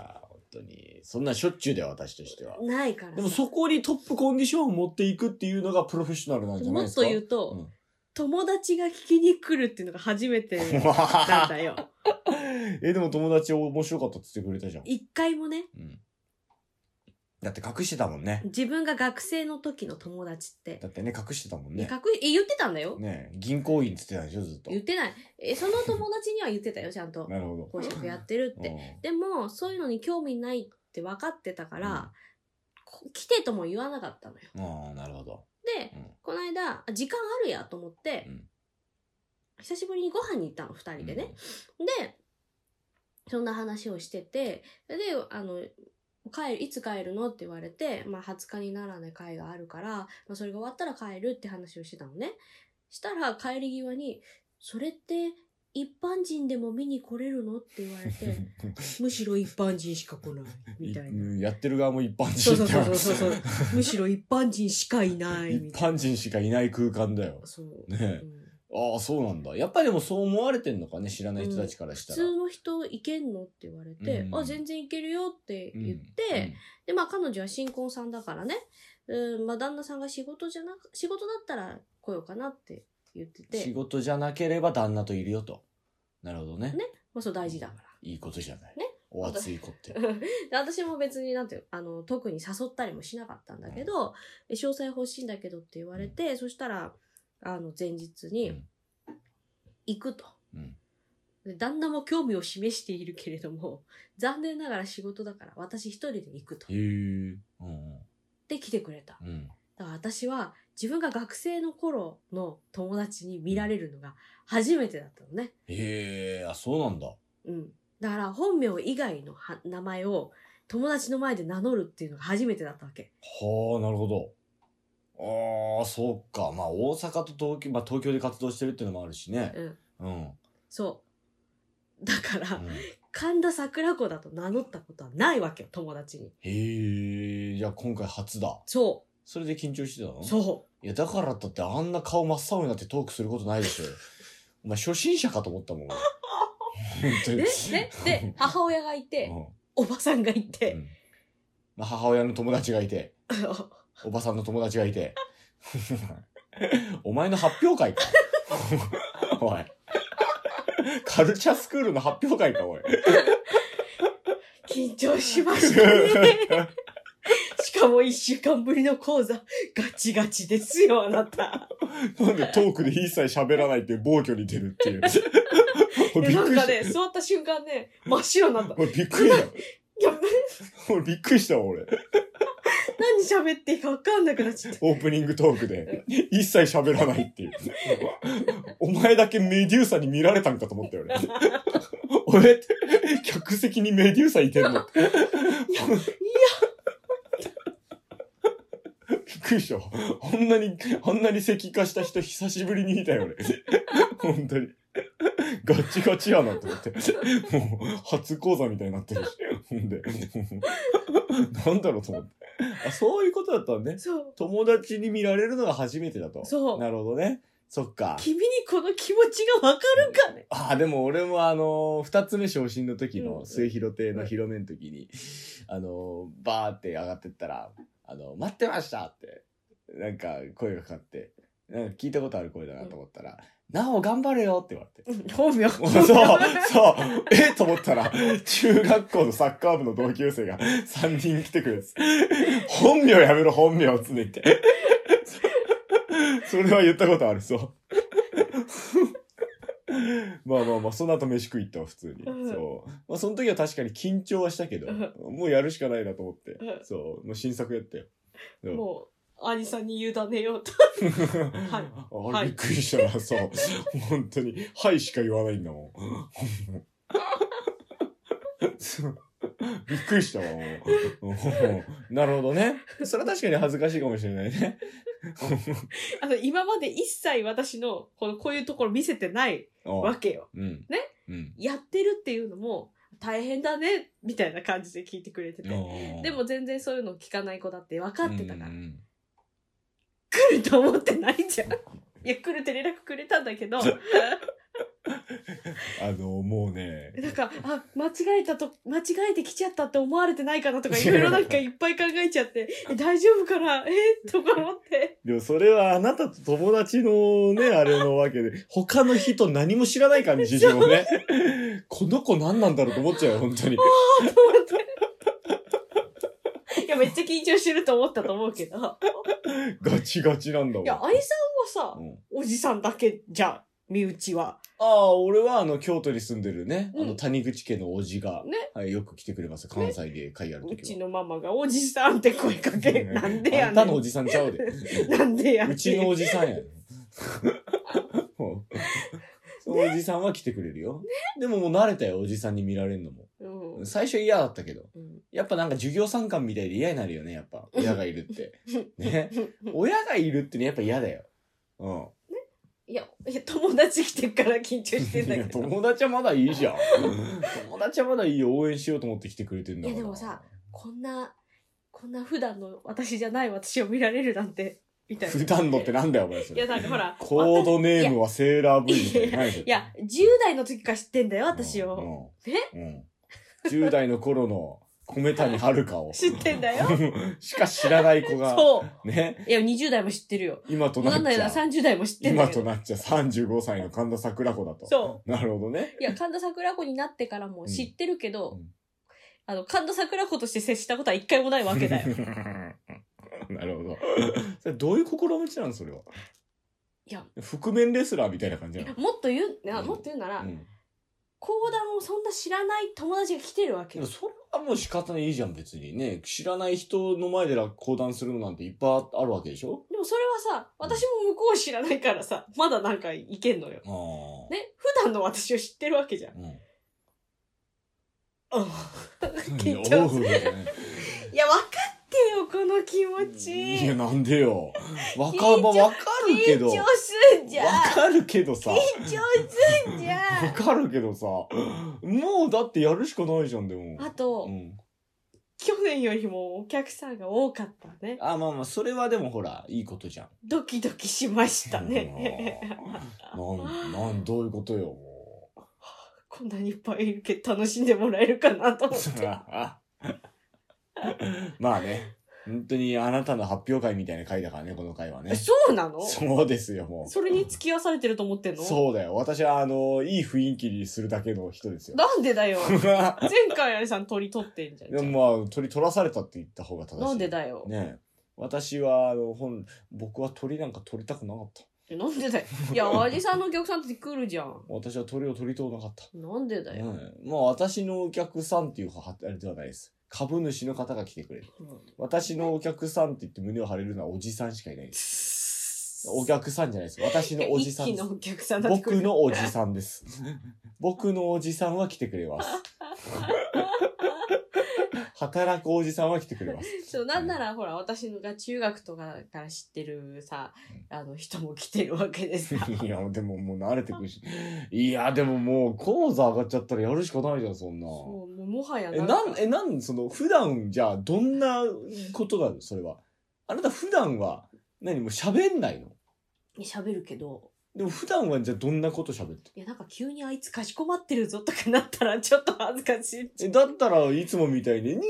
当に。そんなしょっちゅうだよ、私としては。 ないから。 でもそこにトップコンディションを持っていくっていうのがプロフェッショナルなんじゃないですか。 もっと言うと、友達が聞きに来るっていうのが初めてなんだよ。 でも友達面白かったって言ってくれたじゃん。 一回もね。 だって隠してたもんね。 自分が学生の時の友達って。 だってね、隠してたもんね。 言ってたんだよ。 ね、銀行員って言ってたでしょ、ずっと。 言ってない。その友達には言ってたよ、ちゃんと。 なるほど。 講師やってるって。でも、そういうのに興味ないって分かってたから、来てとも言わなかったのよ。 ああ、なるほど。 で、この間、時間あるやと思って、久しぶりにご飯に行ったの、二人でね。で、そんな話をしてて、で、いつ帰るのって言われて、まあ、20日に奈良で会があるから、まあ、それが終わったら帰るって話をしてたのね。したら、帰り際に、それって、一般人でも見に来れるのって言われて、むしろ一般人しか来ない、みたいな。 やってる側も一般人そう。むしろ一般人しかいない。 一般人しかいない空間だよ。 そう。 ねああ、そうなんだ。やっぱりでもそう思われてんのかね、知らない人たちからしたら。 普通の人行けんのって言われて、全然行けるよって言って、で、まあ彼女は新婚さんだからね、まあ旦那さんが仕事だったら来ようかなって言ってて。 仕事じゃなければ旦那といるよと。なるほどね。 ね。まあそう大事だから。 いいことじゃない。 ね。 お熱い子って。 私も別に特に誘ったりもしなかったんだけど、詳細欲しいんだけどって言われて、そしたら、前日に、行くと、で。旦那も興味を示しているけれども、残念ながら仕事だから私一人で行くと。で来てくれた。だから私は自分が学生の頃の友達に見られるのが初めてだったのね。 あ、そうなんだ。 だから本名以外の名前を友達の前で名乗るっていうのが初めてだったわけ。 はあ、なるほど。ああ、そうか。まあ、大阪と東京、まあ、東京で活動してるっていうのもあるしね。 そう。だから、神田桜子だと名乗ったことはないわけよ、友達に。 じゃあ今回初だ。 そう。 それで緊張してたの？ そう。 いや、だからだってあんな顔真っ青になってトークすることないでしょ。お前初心者かと思ったもん。本当に。 で、母親がいて、おばさんがいて、 まあ、母親の友達がいて、おばさんの友達がいて。お前の発表会か。おい。カルチャースクールの発表会か、おい。 緊張しましたね。しかも1週間ぶりの講座、ガチガチですよ、あなた。 なんでトークで一切喋らないっていう暴挙に出るっていう。 なんかね、座った瞬間ね、真っ白になった。 俺びっくりした。俺びっくりしたわ、俺。 何喋っていいか分かんなくなっちゃった。 オープニングトークで、一切喋らないっていう。お前だけメデューサに見られたんかと思ったよ、俺。俺って、客席にメデューサいてんのって。いや。びっくりした。あんなに石化した人久しぶりに見たよ、俺。本当に。ガチガチやなと思って。もう、初講座みたいになってるし。ほんで。なんだろうと思って。あ、そういうことだったのね。 そう。 友達に見られるのが初めてだと。 そう。 なるほどね。そっか。 君にこの気持ちがわかるかね。 でも俺も二つ目昇進の時の末広亭の広めの時に、バーって上がってったら、待ってましたって、なんか声がかかって、なんか聞いたことある声だなと思ったら、なお頑張れよって言われて。 本名。 そう。と思ったら、中学校のサッカー部の同級生が3人来てくれるんです。本名やめろ、本名をつねって。それは言ったことある、そう。まあ、その後飯食い行ったわ、普通に。そう。まあ、その時は確かに緊張はしたけど、もうやるしかないなと思って。そう。もう新作やったよ。 もう、兄さんに委ねようと。 はい。びっくりしたな、そう。本当に、はいしか言わないんだもん。びっくりしたわ、もう。なるほどね。それは確かに恥ずかしいかもしれないね。 今まで一切私のこういうところ見せてないわけよ。ね、やってるっていうのも大変だねみたいな感じで聞いてくれてて、でも全然そういうの聞かない子だって分かってたから、来ると思ってないじゃん。いや、来るって連絡くれたんだけどもうね。 なんか、間違えてきちゃったって思われてないかなとか、いろいろなんかいっぱい考えちゃって、大丈夫かなとか思って。 でもそれはあなたと友達のね、あれのわけで、他の人何も知らない感じ、事情をね。この子何なんだろうと思っちゃうよ、本当に。と思って。 いや、めっちゃ緊張してると思ったと思うけど。 ガチガチなんだもん。 いや、兄さんはさ、おじさんだけじゃん、身内は。 俺は京都に住んでるね、谷口家のおじが、 ね、 はい、よく来てくれます。関西で会やるときは。 うちのママがおじさんって声かけ、なんでやねん。 あんたのおじさんちゃうで。 なんでやねん。 うちのおじさんやねん。そのおじさんは来てくれるよ。でももう慣れたよ、おじさんに見られるのも。最初嫌だったけど。やっぱなんか授業参観みたいで嫌になるよね、やっぱ。親がいるって。ね。親がいるってね、やっぱ嫌だよ。 いや、友達来てるから緊張してんだけど。 友達はまだいいじゃん。友達はまだいいよ。応援しようと思って来てくれてるんだから。 いやでもさ、こんな普段の私じゃない私を見られるなんて、みたいな。 普段のってなんだよ、お前それ。 いや、なんかほら。 コードネームはセーラー V みたいな。 いや、10代の時から知ってんだよ、私を。 ね10代の頃の米谷遥を。 知ってんだよ。 しか知らない子が。 そう。 ね。 いや、20代も知ってるよ。 今となっちゃ。 なんだよな、30代も知ってんだよ。 今となっちゃ35歳の神田桜子だと。 そう。 なるほどね。 いや、神田桜子になってからも知ってるけど、神田桜子として接したことは一回もないわけだよ。 なるほど。それどういう心持ちなのそれは。 いや。 覆面レスラーみたいな感じなの。 もっと言うなら、講談をそんな知らない友達が来てるわけよ。 それはもう仕方ないいじゃん、別にね。知らない人の前で講談するのなんていっぱいあるわけでしょ。 でもそれはさ、私も向こう知らないからさ、まだなんかいけんのよ。ね、普段の私を知ってるわけじゃん。緊張する。いや、分かってよ、この気持ち。 いや、なんでよ。わかるけど。 緊張すんじゃん。 わかるけどさ。 緊張すんじゃん。 わかるけどさ。もうだってやるしかないじゃん、でも。 あと、去年よりもお客さんが多かったね。 まあ、それはでもほら、いいことじゃん。 ドキドキしましたね。 どういうことよ、 こんなにいっぱいいるけど楽しんでもらえるかなと思って。 まあね。本当にあなたの発表会みたいな回だからね、この回はね。 そうなの？ そうですよ、もう。 それに付き合わされてると思ってんの？ そうだよ。私は、いい雰囲気にするだけの人ですよ。 なんでだよ。前回あれさん鳥取ってんじゃん。 でもまあ、鳥取らされたって言った方が正しい。 なんでだよ。 ね私は、僕は鳥なんか取りたくなかった。 なんでだよ。いや、おじさんのお客さんって来るじゃん。 私は鳥を取りとうなかった。 なんでだよ。 まあ、私のお客さんっていうあれではないです。株主の方が来てくれる。私のお客さんって言って胸を張れるのはおじさんしかいないです。お客さんじゃないです。私のおじさんです。 一気のお客さんだ僕のおじさんです。僕のおじさんは来てくれます。働くおじさんは来てくれます。 そう、なんならほら、私が中学とかから知ってるさ、人も来てるわけですさ。 いや、でももう慣れてくるし。いや、でももう、講座上がっちゃったらやるしかないじゃん、そんな。 そう、もはや普段、じゃあ、どんなことなのそれは。あなた普段は、もう喋んないの？ 喋るけど。 でも普段はじゃあどんなこと喋って？ いや、なんか急にあいつかしこまってるぞとかなったらちょっと恥ずかしい。 だったらいつもみたいに、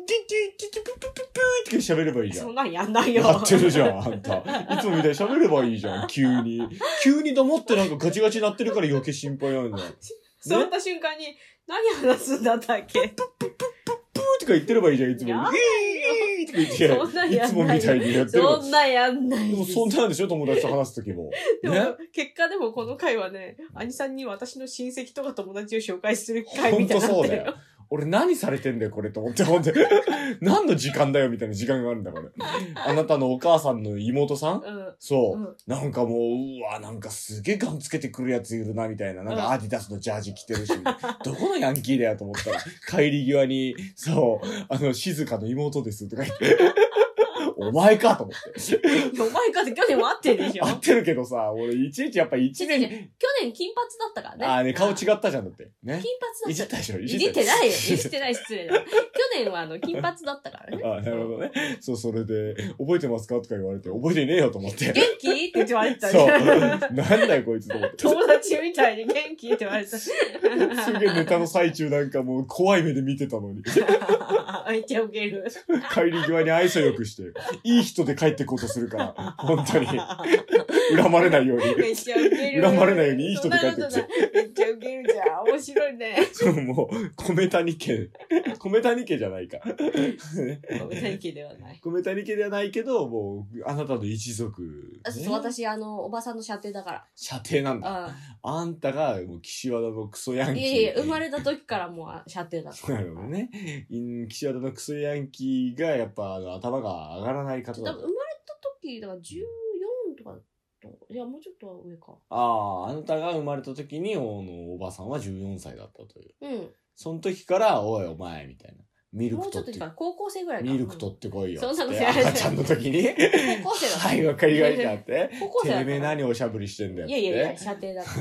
って喋ればいいじゃん。 そんなんやんないよ。 やってるじゃん、あんた。いつもみたいに喋ればいいじゃん、急に。急に黙ってなんかガチガチなってるから余計心配なんじゃん。 そうった瞬間に、何話すんだったっけ？ とか言ってればいいじゃん、いつも。とか言って、いつもみたいにやってる。 そんなやんない。 でもそんなんでしょ、友達と話すときも。 でも、結果でもこの回はね、兄さんに私の親戚とか友達を紹介する回みたいになってるよ。ほんとそうだよ。 俺何されてんだよ、これと思って、ほんと。何の時間だよ、みたいな時間があるんだ、これ。あなたのお母さんの妹さん、そう、なんかもう、なんかすげえガンつけてくるやついるな、みたいな。なんかアディダスのジャージ着てるし、どこのヤンキーだよ、と思ったら、帰り際に、そう、静香の妹です、とか言って。 お前かと思って。 お前かって去年も会ってるでしょ。 会ってるけどさ、俺いちいちやっぱ1年。 去年金髪だったからね。 ああね、顔違ったじゃんだって。ね。 金髪だった。 いじったでしょ。 いじってないよ。いじってない、失礼だ。去年は金髪だったからね。 ああ、なるほどね。そう、それで、覚えてますかとか言われて、覚えてねえよと思って。 元気って言われてたそう。なんだよこいつと思って。 友達みたいに元気って言われてた。すげえネタの最中なんかもう怖い目で見てたのに。 めっちゃウケる。 帰り際に愛想よくして、いい人で帰ってこうとするから、本当に。恨まれないように。 めっちゃウケる。 恨まれないようにいい人で帰ってきて。 めっちゃウケるじゃん。面白いね。 そう、もう、米谷家じゃないか。 米谷家ではない。 米谷家ではないけど、もう、あなたの一族、ね。 そう、私、おばさんの舎弟だから。 舎弟なんだ。あんたが、もう、岸和田のクソヤンキー。 いや生まれた時からもう、舎弟だった。 なるほどね。岸和田のクソヤンキーが、やっぱ、頭が上がらない方だ。 多分生まれた時、だから14とか、いや、もうちょっと上か。 ああ、あなたが生まれた時に、おばさんは14歳だったという。 うん。 その時から、おいお前、みたいな。ミルクもうちょっと高校生ぐらいか。 ミルク取ってこいよ。 そんなことや赤ちゃんの時に。 高校生だった。 はい、わかりましたって。 高校生だった。 てめえ何おしゃぶりしてんだよって。 いや、舎弟だった。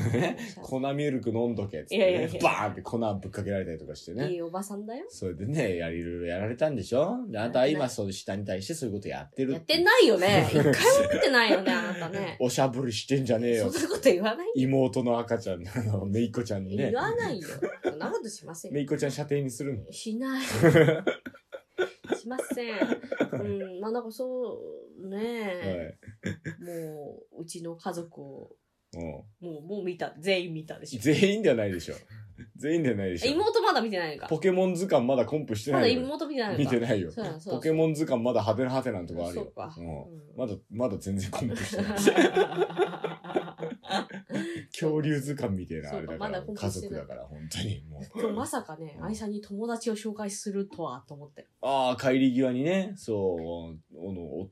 粉ミルク飲んどけっつって、 いやバーンって粉ぶっかけられたりとかしてね。 いいおばさんだよ。 それでね、いろいろやられたんでしょ。で、あなたは今その下に対してそういうことやってる。 やってないよね。一回も見てないよね、あなたね。 おしゃぶりしてんじゃねえよ。 そんなこと言わないよ。 妹の赤ちゃん、めいっ子ちゃんにね。 言わないよ。そんなことしませんよ。 めいっ子ちゃん舎弟にするの？ しない。しません。まあなんかそうね、もううちの家族をもう見た、全員見たでしょ。 全員ではないでしょ。全員ではないでしょ。 妹まだ見てないのか。 ポケモン図鑑まだコンプしてないよ。 まだ妹見てないのか。 見てないよ。ポケモン図鑑まだハテナハテナのとこあるよ。 そうか。 まだ全然コンプしてない。恐竜図鑑みたいなあれだから、家族だから本当にもう。 今日まさかね、愛さんに友達を紹介するとはと思って。 ああ、帰り際にね、そう、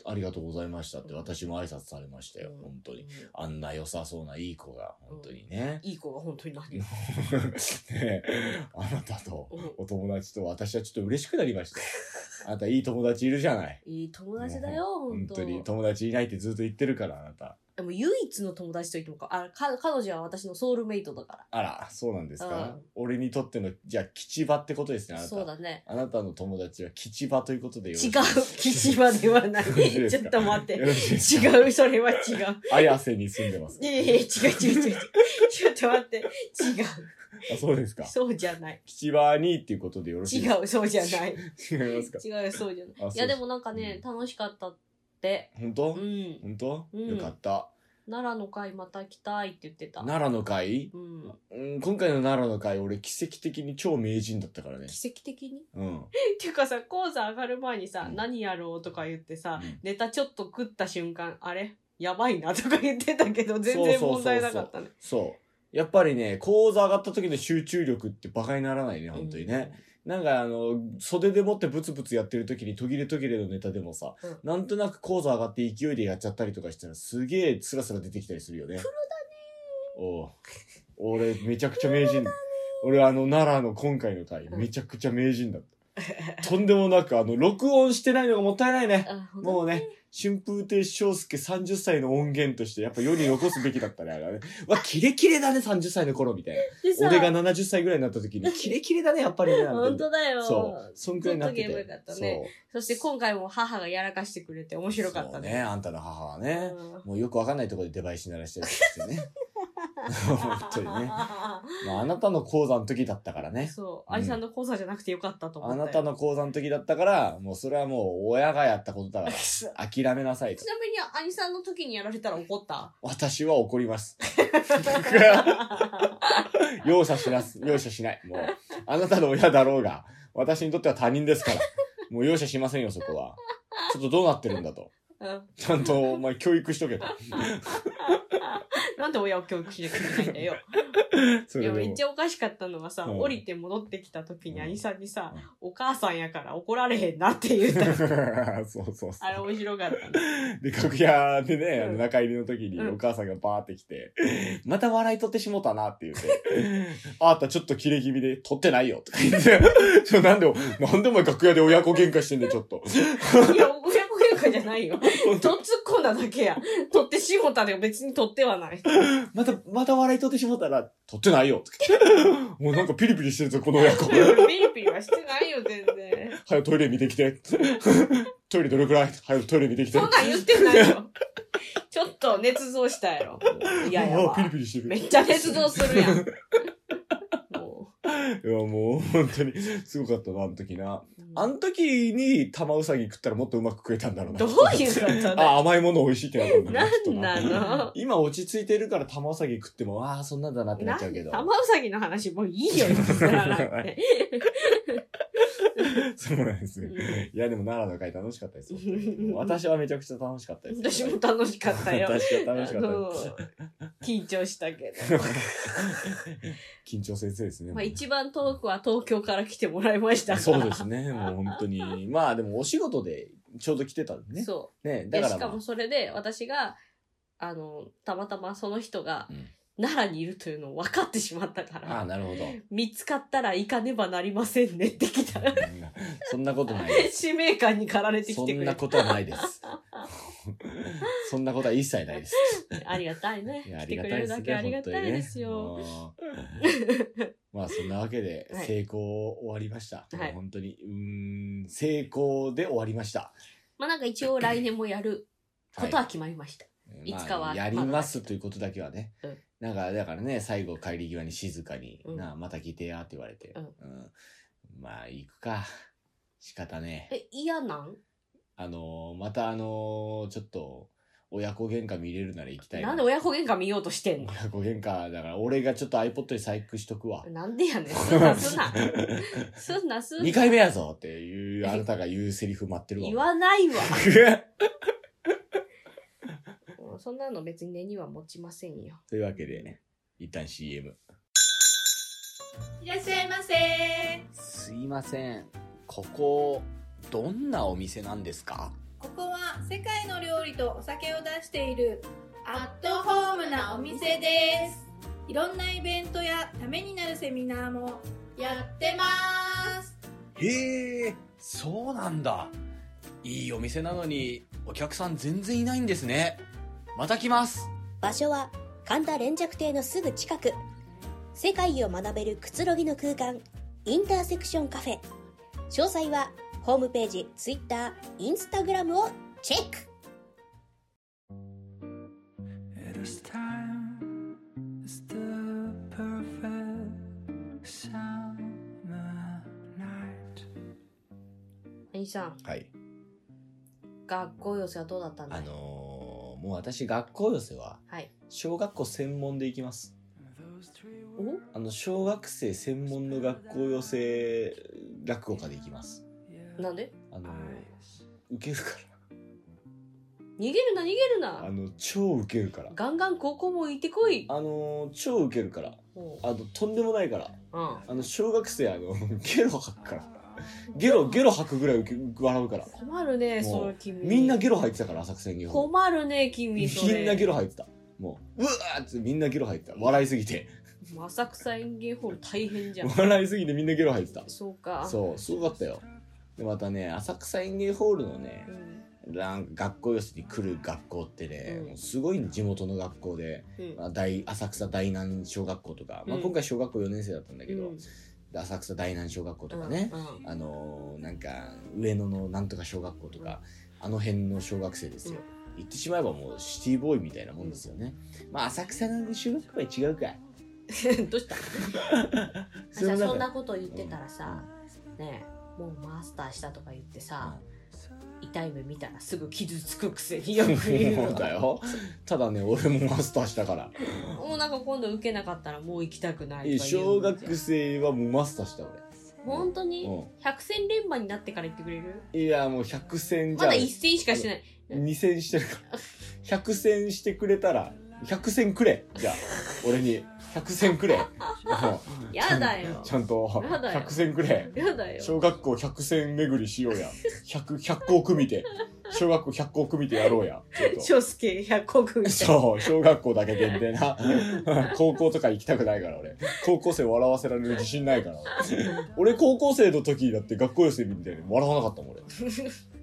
ありがとうございましたって私も挨拶されましたよ、本当に。あんな良さそうないい子が、本当にね。 いい子が本当に何ねあなたとお友達と私はちょっと嬉しくなりました。あなたいい友達いるじゃない。 いい友達だよ、 本当に。友達いないってずっと言ってるから、あなた。 でも唯一の友達と言っても彼女は私のソウルメイトだから。 あら、そうなんですか、俺にとっての、じゃあ、吉場ってことですね、あなた。 そうだね。 あなたの友達は吉場ということでよろしいですか？違う、吉場ではない。ちょっと待って。違う、それは違う。 綾瀬に住んでます。 いや、違う。ちょっと待って。違う。 あ、そうですか。 そうじゃない。 吉場にっていうことでよろしいですか？ 違う、そうじゃない。 違いますか？ 違う、そうじゃない。いや、でもなんかね、楽しかったって。 本当？本当？よかった。 奈良の会また来たいって言ってた。 奈良の会？今回の奈良の会、俺奇跡的に超名人だったからね。 奇跡的に？ っていうかさ、講座上がる前にさ、何やろうとか言ってさ、ネタちょっと食った瞬間、あれやばいなとか言ってたけど、全然問題なかったね。 そう。やっぱりね、講座上がった時の集中力ってバカにならないね、本当にね。なんか袖でもってブツブツやってる時に途切れのネタでもさ、なんとなく講座上がって勢いでやっちゃったりとかしたらすげえスラスラ出てきたりするよね。 プロだねー。俺めちゃくちゃ名人。俺奈良の今回の回、めちゃくちゃ名人だった。とんでもなく録音してないのがもったいないね。もうね。春風亭昇介30歳の音源としてやっぱ世に残すべきだったね、あれね。キレキレだね、30歳の頃みたいな。俺が70歳ぐらいになった時に、キレキレだね、やっぱりね。 本当だよ。 そう。そんくらいになってて。 よかったね。そして今回も母がやらかしてくれて面白かったね。 そうね、あんたの母はね。もうよくわかんないところで出囃子鳴らしてるしてね。本当にね。まあ、あなたの講座の時だったからね。 そう。愛さんの講座じゃなくてよかったと思った。 あなたの講座の時だったから、もうそれはもう親がやったことだから、諦めなさいと。 ちなみに、兄さんの時にやられたら怒った？ 私は怒ります。容赦しない。もう、あなたの親だろうが、私にとっては他人ですから。もう容赦しませんよ、そこは。ちょっとどうなってるんだと。ちゃんと、お前教育しとけと。 なんで親を教育しなきゃいけないんだよ。いや、めっちゃおかしかったのがさ、降りて戻ってきた時に兄さんにさ、お母さんやから怒られへんなって言った。 そう。 あれ面白かったね。 で、楽屋でね、中入りの時にお母さんがバーって来て、また笑い取ってしもたなって言って、あんたちょっとキレ気味で、取ってないよとか言って、なんでお前楽屋で親子喧嘩してんねん、ちょっと。 いや、親子喧嘩かじゃないよ。突っ込んだだけや。取ってしもたで別に取ってはない。 また笑い取ってしもたら、取ってないよ。もうなんかピリピリしてるぞ、この親子。 ピリピリはしてないよ、全然。 はよトイレ見てきて。トイレどれくらいはよトイレ見てきて。 そんなん言ってないよ。ちょっと捏造したやろ。いやいや。 ピリピリしてる。 めっちゃ捏造するやん。 いや、もう、本当に、すごかったな、あの時な。あの時に、玉うさぎ食ったらもっとうまく食えたんだろうな。 どういうことだ甘いもの美味しいってなったんだなんなの今落ち着いてるから玉うさぎ食っても、そんなんだなってなっちゃうけど。 玉うさぎの話もういいよ、 そうなんですよ。いや、でも奈良の会楽しかったですよ。私はめちゃくちゃ楽しかったです。 私も楽しかったよ。 私は楽しかったです。 緊張したけど。 緊張先生ですね。 一番遠くは東京から来てもらいましたから。 そうですね。もう本当に。まあでもお仕事でちょうど来てたんでね。 そう。 ね、だから、 しかもそれで私が、たまたまその人が、奈良にいるというのを分かってしまったから。 なるほど。 見つかったら行かねばなりませんねって来た。 そんなことないです。 使命感に駆られてきてくれそんなことはないです。そんなことは一切ないです。 ありがたいね。来てくれるだけありがたいですよ。 まあそんなわけで成功終わりました。はい、本当に成功で終わりました。 まあなんか一応来年もやることは決まりました。いつかはやりますということだけはね。なんかだからね、最後帰り際に静かにまた来てやって言われて、まあ行くか。仕方ねえ。 嫌なん？ またちょっと親子喧嘩見れるなら行きたいな。 なんで親子喧嘩見ようとしてんの？ 親子喧嘩だから俺がちょっと iPod に細工しとくわ。 なんでやねん。すんな。 2回目やぞっていうあなたが言うセリフ待ってるわ。 言わないわ。そんなの別に根には持ちませんよ。 というわけでね、一旦 CM。 いらっしゃいませ。 すいません。ここ、どんなお店なんですか？ ここは世界の料理とお酒を出しているアットホームなお店です。いろんなイベントやためになるセミナーもやってます。 へえ、そうなんだ。いいお店なのにお客さん全然いないんですね。また来ます。 場所は神田連雀亭のすぐ近く。世界を学べるくつろぎの空間、インターセクションカフェ。詳細はホームページ、Twitter、Instagram をチェック。 兄さん。 はい。 学校寄せはどうだったんだい？ もう私学校寄せは小学校専門で行きます。小学生専門の学校寄せ落語家で行きます。 なんで？ 受けるから。 逃げるな。 超受けるから。 ガンガン高校も行ってこい。 超受けるから。とんでもないから。小学生ゲロ吐くから。ゲロ吐くぐらい笑うから。 困るね、その君。 みんなゲロ吐いてたから、浅草演芸ホール。 困るね、君それ。 みんなゲロ吐いてた。もう、うわーってみんなゲロ吐いてた。笑いすぎて。 浅草演芸ホール大変じゃん。 笑いすぎてみんなゲロ吐いてた。 そうか。 そう、すごかったよ。で、またね、浅草演芸ホールのね、学校寄せに来る学校ってね、すごい地元の学校で、浅草大南小学校とか、今回小学校4年生だったんだけど、浅草大南小学校とかね、なんか上野のなんとか小学校とか、あの辺の小学生ですよ。言ってしまえばもうシティボーイみたいなもんですよね。まあ浅草の小学校は違うかい。 どうしたそんなこと言ってたらさ、ねえ、もうマスターしたとか言ってさ、痛い目見たらすぐ傷つくくせによく言うの。 そうだよ。ただね、俺もマスターしたから。 もうなんか今度受けなかったらもう行きたくないとか言う。 小学生はもうマスターした俺。 本当に、100戦連番になってから言ってくれる？ いや、もう100戦じゃまだ1戦しかしてない。 2戦してるから。100戦してくれたら、100戦くれ。じゃあ、俺に。100戦くれ。 やだよ。 ちゃんと100戦くれ。 やだよ。 小学校100戦巡りしようや。100校組みて。小学校100校組みてやろうや。 翔介100校組みて。 そう、小学校だけ限定な。高校とか行きたくないから俺。高校生笑わせられる自信ないから。俺高校生の時だって学校寄せみたいに笑わなかったもん俺。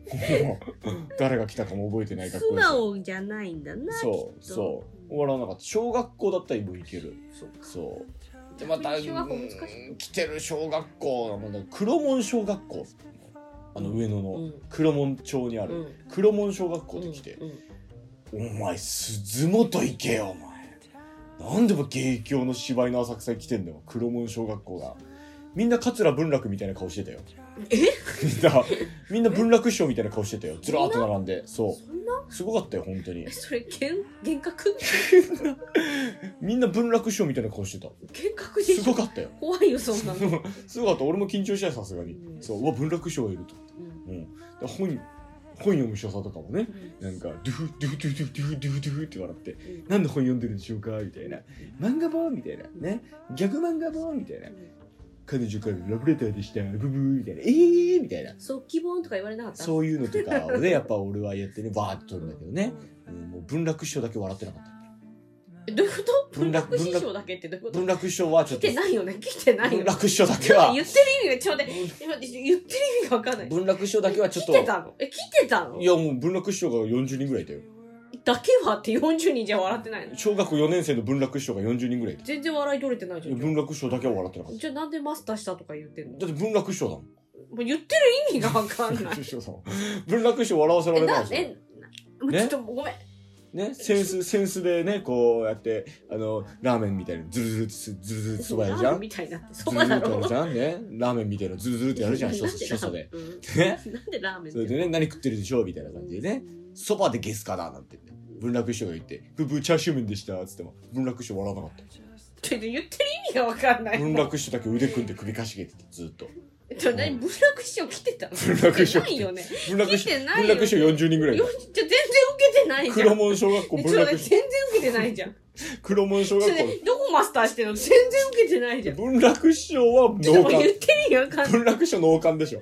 誰が来たかも覚えてない学校素直じゃないんだな。 そう終わらなかった。小学校だったらもういける。そうでまた小学校難しい。 来てる小学校の黒門小学校、上野の黒門町にある黒門小学校で来て、お前鈴本行けよお前、なんでも芸協の芝居の浅草に来てんだよ黒門小学校が。みんな桂文楽みたいな顔してたよ。みんな文楽師匠みたいな顔してたよ。ずらーっと並んで。そうすごかったよ本当に。 それ幻覚みんな文楽師匠みたいな顔してた。 幻覚でしょ。 すごかったよ。 怖いよそんなの。 すごかった。俺も緊張したよさすがに。そううわ文楽師匠がいると。本読む所作とかもね、なんかドゥフドゥフドゥフドゥフドゥフドゥフって笑って、何の本読んでるんでしょうかみたいな、漫画本みたいなね、ギャグ漫画本みたいな、彼女からラブレターでしたブブーみたいな、みたいな、 即帰本とか言われなかった？ そういうのとかをねやっぱ俺はやってねバーッと撮るんだけどね、もう文楽師匠だけ笑ってなかった。 どういうこと？文楽師匠だけってどういうこと？ 文楽師匠はちょっと来てないよね。来てないよ。 文楽師匠だけは言ってる意味がちょっと待って言ってる意味が分かんない。 文楽師匠だけはちょっと来てたの？来てたの？ いやもう文楽師匠が40人ぐらいいたよ。 だけはって40人じゃ笑ってないの？ 小学校4年生の文楽師匠が40人ぐらいいた。 全然笑い取れてないじゃん。 文楽師匠だけは笑ってなかった。 じゃあなんでマスターしたとか言ってんの？ だって文楽師匠だもん。もう言ってる意味が分かんない。 文楽師匠笑わせられないですよ。 ちょっとごめん。 ね、センスでねこうやってラーメンみたいなズルズルってそばやるじゃん。 みたいなってそばだろ。 ズルズルってやるじゃんね。ラーメンみたいなズルズルってやるじゃん所作で。ね。 なんでラーメン？ それでね何食ってるでしょうみたいな感じでね。そばでゲスかななんて文楽師匠が言ってブブーチャーシュー麺でしたっつっても文楽師匠笑わなかった。 言ってる意味が分かんない。 文楽師匠だけ腕組んで首かしげててずっと。 何文楽師匠来てたの？ 文楽師匠ないよね。 文楽師匠40人ぐらい。 じゃ全然受けてないじゃん。 黒門小学校文楽師匠全然受けてないじゃん。 黒門小学校どこマスターしてんの？全然受けてないじゃん。 文楽師匠は脳幹。 言ってる意味わかんない。 文楽師匠脳幹でしょ。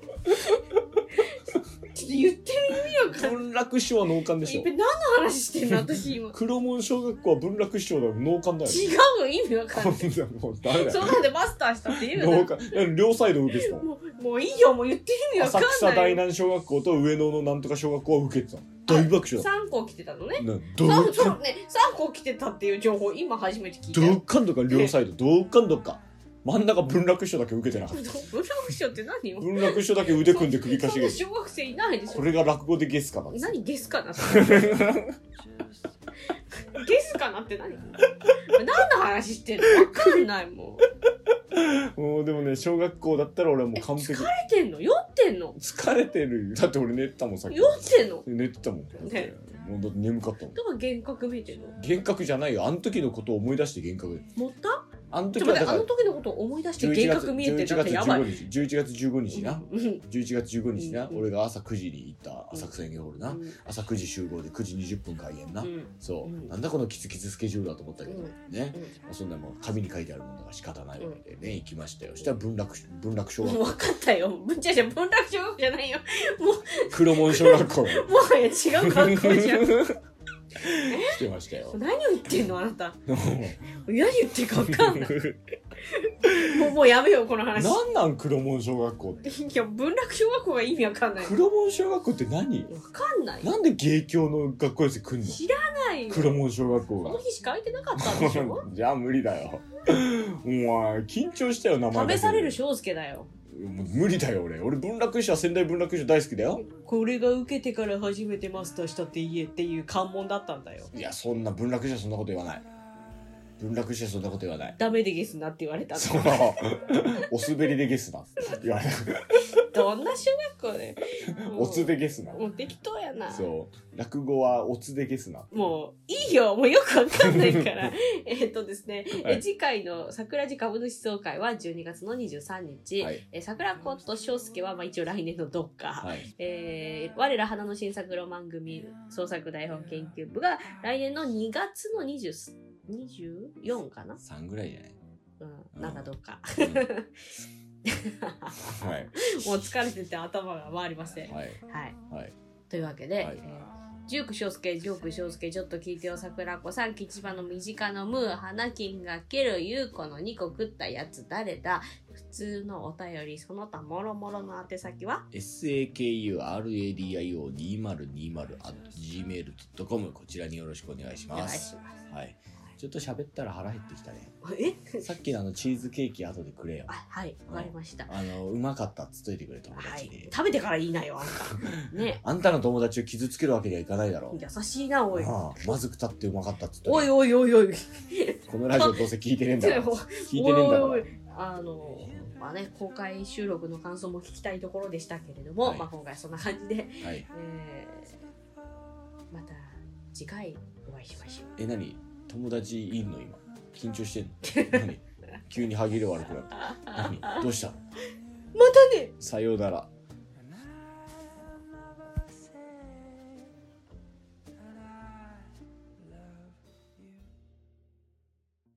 言ってる意味わかんない。 文楽師匠は脳幹でしょ。 何の話してんの私今。 黒門小学校は文楽師匠だよ脳幹だよ。 違うよ意味わかんない。 もうダメだよ。 そんなんでマスターしたって言うの？ 脳幹両サイド受けてた。 もういいよもう言ってる意味わかんない。 浅草大南小学校と上野のなんとか小学校は受けてた。大爆笑だ。 3校来てたのね。 3 校来てたっていう情報今初めて聞いた。 どっかんどっか両サイドどっかんどっか。真ん中文楽師匠だけ受けてなかった。 文楽師匠って何よ？ 文楽師匠だけ腕組んで首かしげて。 小学生いないでしょ。 これが落語でゲスかな。 何ゲスかな？ゲスかなって何？何の話してんの？わかんないもう。もうでもね小学校だったら俺はもう完璧。 疲れてんの？酔ってんの？ 疲れてる。だって俺寝てたもんさっき。 酔ってんの？ 寝てたもん。ね。もうだって眠かったもん。 だから幻覚見てんの？ 幻覚じゃないよ。あの時のことを思い出して幻覚。 持った？ あの時はだからあの時のことを思い出して幻覚見えてるってやばい。 11月15日な。11月15日な。俺が朝9時に行った浅草園芸ホールな。朝9時集合で9時20分開演な。そう。なんだこのキツキツスケジュールだと思ったけどね。そんなもん紙に書いてあるものが仕方ないわけでね行きましたよ。そしたら文楽小学校。 分かったよ。文楽小学校じゃないよ。もう黒門小学校。もはや違う学校じゃん。 してましたよ。 何を言ってんのあなた。何言ってるか分かんない。もうやめようこの話。 なん黒門小学校って。 いや文楽小学校が意味わかんない。 黒門小学校って何？わかんない。 なんで芸協の学校寄せ来んの？ 知らないよ。 黒門小学校が。 この日しか空いてなかったんでしょ。 じゃあ無理だよ。お前緊張したよ名前だけ。 試される翔介だよ。 もう無理だよ俺文楽師匠は仙台文楽師匠大好きだよ。 これが受けてから初めてマスターしたって言えっていう関門だったんだよ。 いやそんな文楽師匠はそんなこと言わない。文楽師匠はそんなこと言わない。 ダメでゲスなって言われたんだ。 そうお滑りでゲスな言われた。 どんな小学校でおつでゲスな。 もう適当やな。 そう落語はおつでゲスな。 もういいよもうよくわかんないからですね、次回の桜地株主総会は12月の23日、桜子と翔介は一応来年のどっか、我ら花の新作ロマン組創作台本研究部が来年の2月の24かな 3ぐらいじゃない？ なんかどっかはい、 もう疲れてて頭が回りません。はい。というわけで、 ジューク翔介、ちょっと聞いてよ、桜子さん、吉場の身近のムー、花金がける、ゆうこの2個食ったやつ誰だ、普通のお便り、その他もろもろの宛先は sakuradio2020@gmail.com こちらによろしくお願いします。お願いします。はい。ちょっと喋ったら腹減ってきたね。さっきのチーズケーキ後でくれよ。 はい、わかりました。 うまかったっつっといてくれ、友達に。 食べてから言いなよ、あんた。ね。 あんたの友達を傷つけるわけにはいかないだろう。 優しいな、おい。 まずくたってうまかったっつっと。 おい。このラジオどうせ聞いてねえんだから。聞いてねえんだから。 まあね、公開収録の感想も聞きたいところでしたけれども、まあ今回そんな感じで、また次回お会いしましょう。 何友達いんの今緊張してんの何急に歯切れ悪くなった何どうしたのまたねさようなら。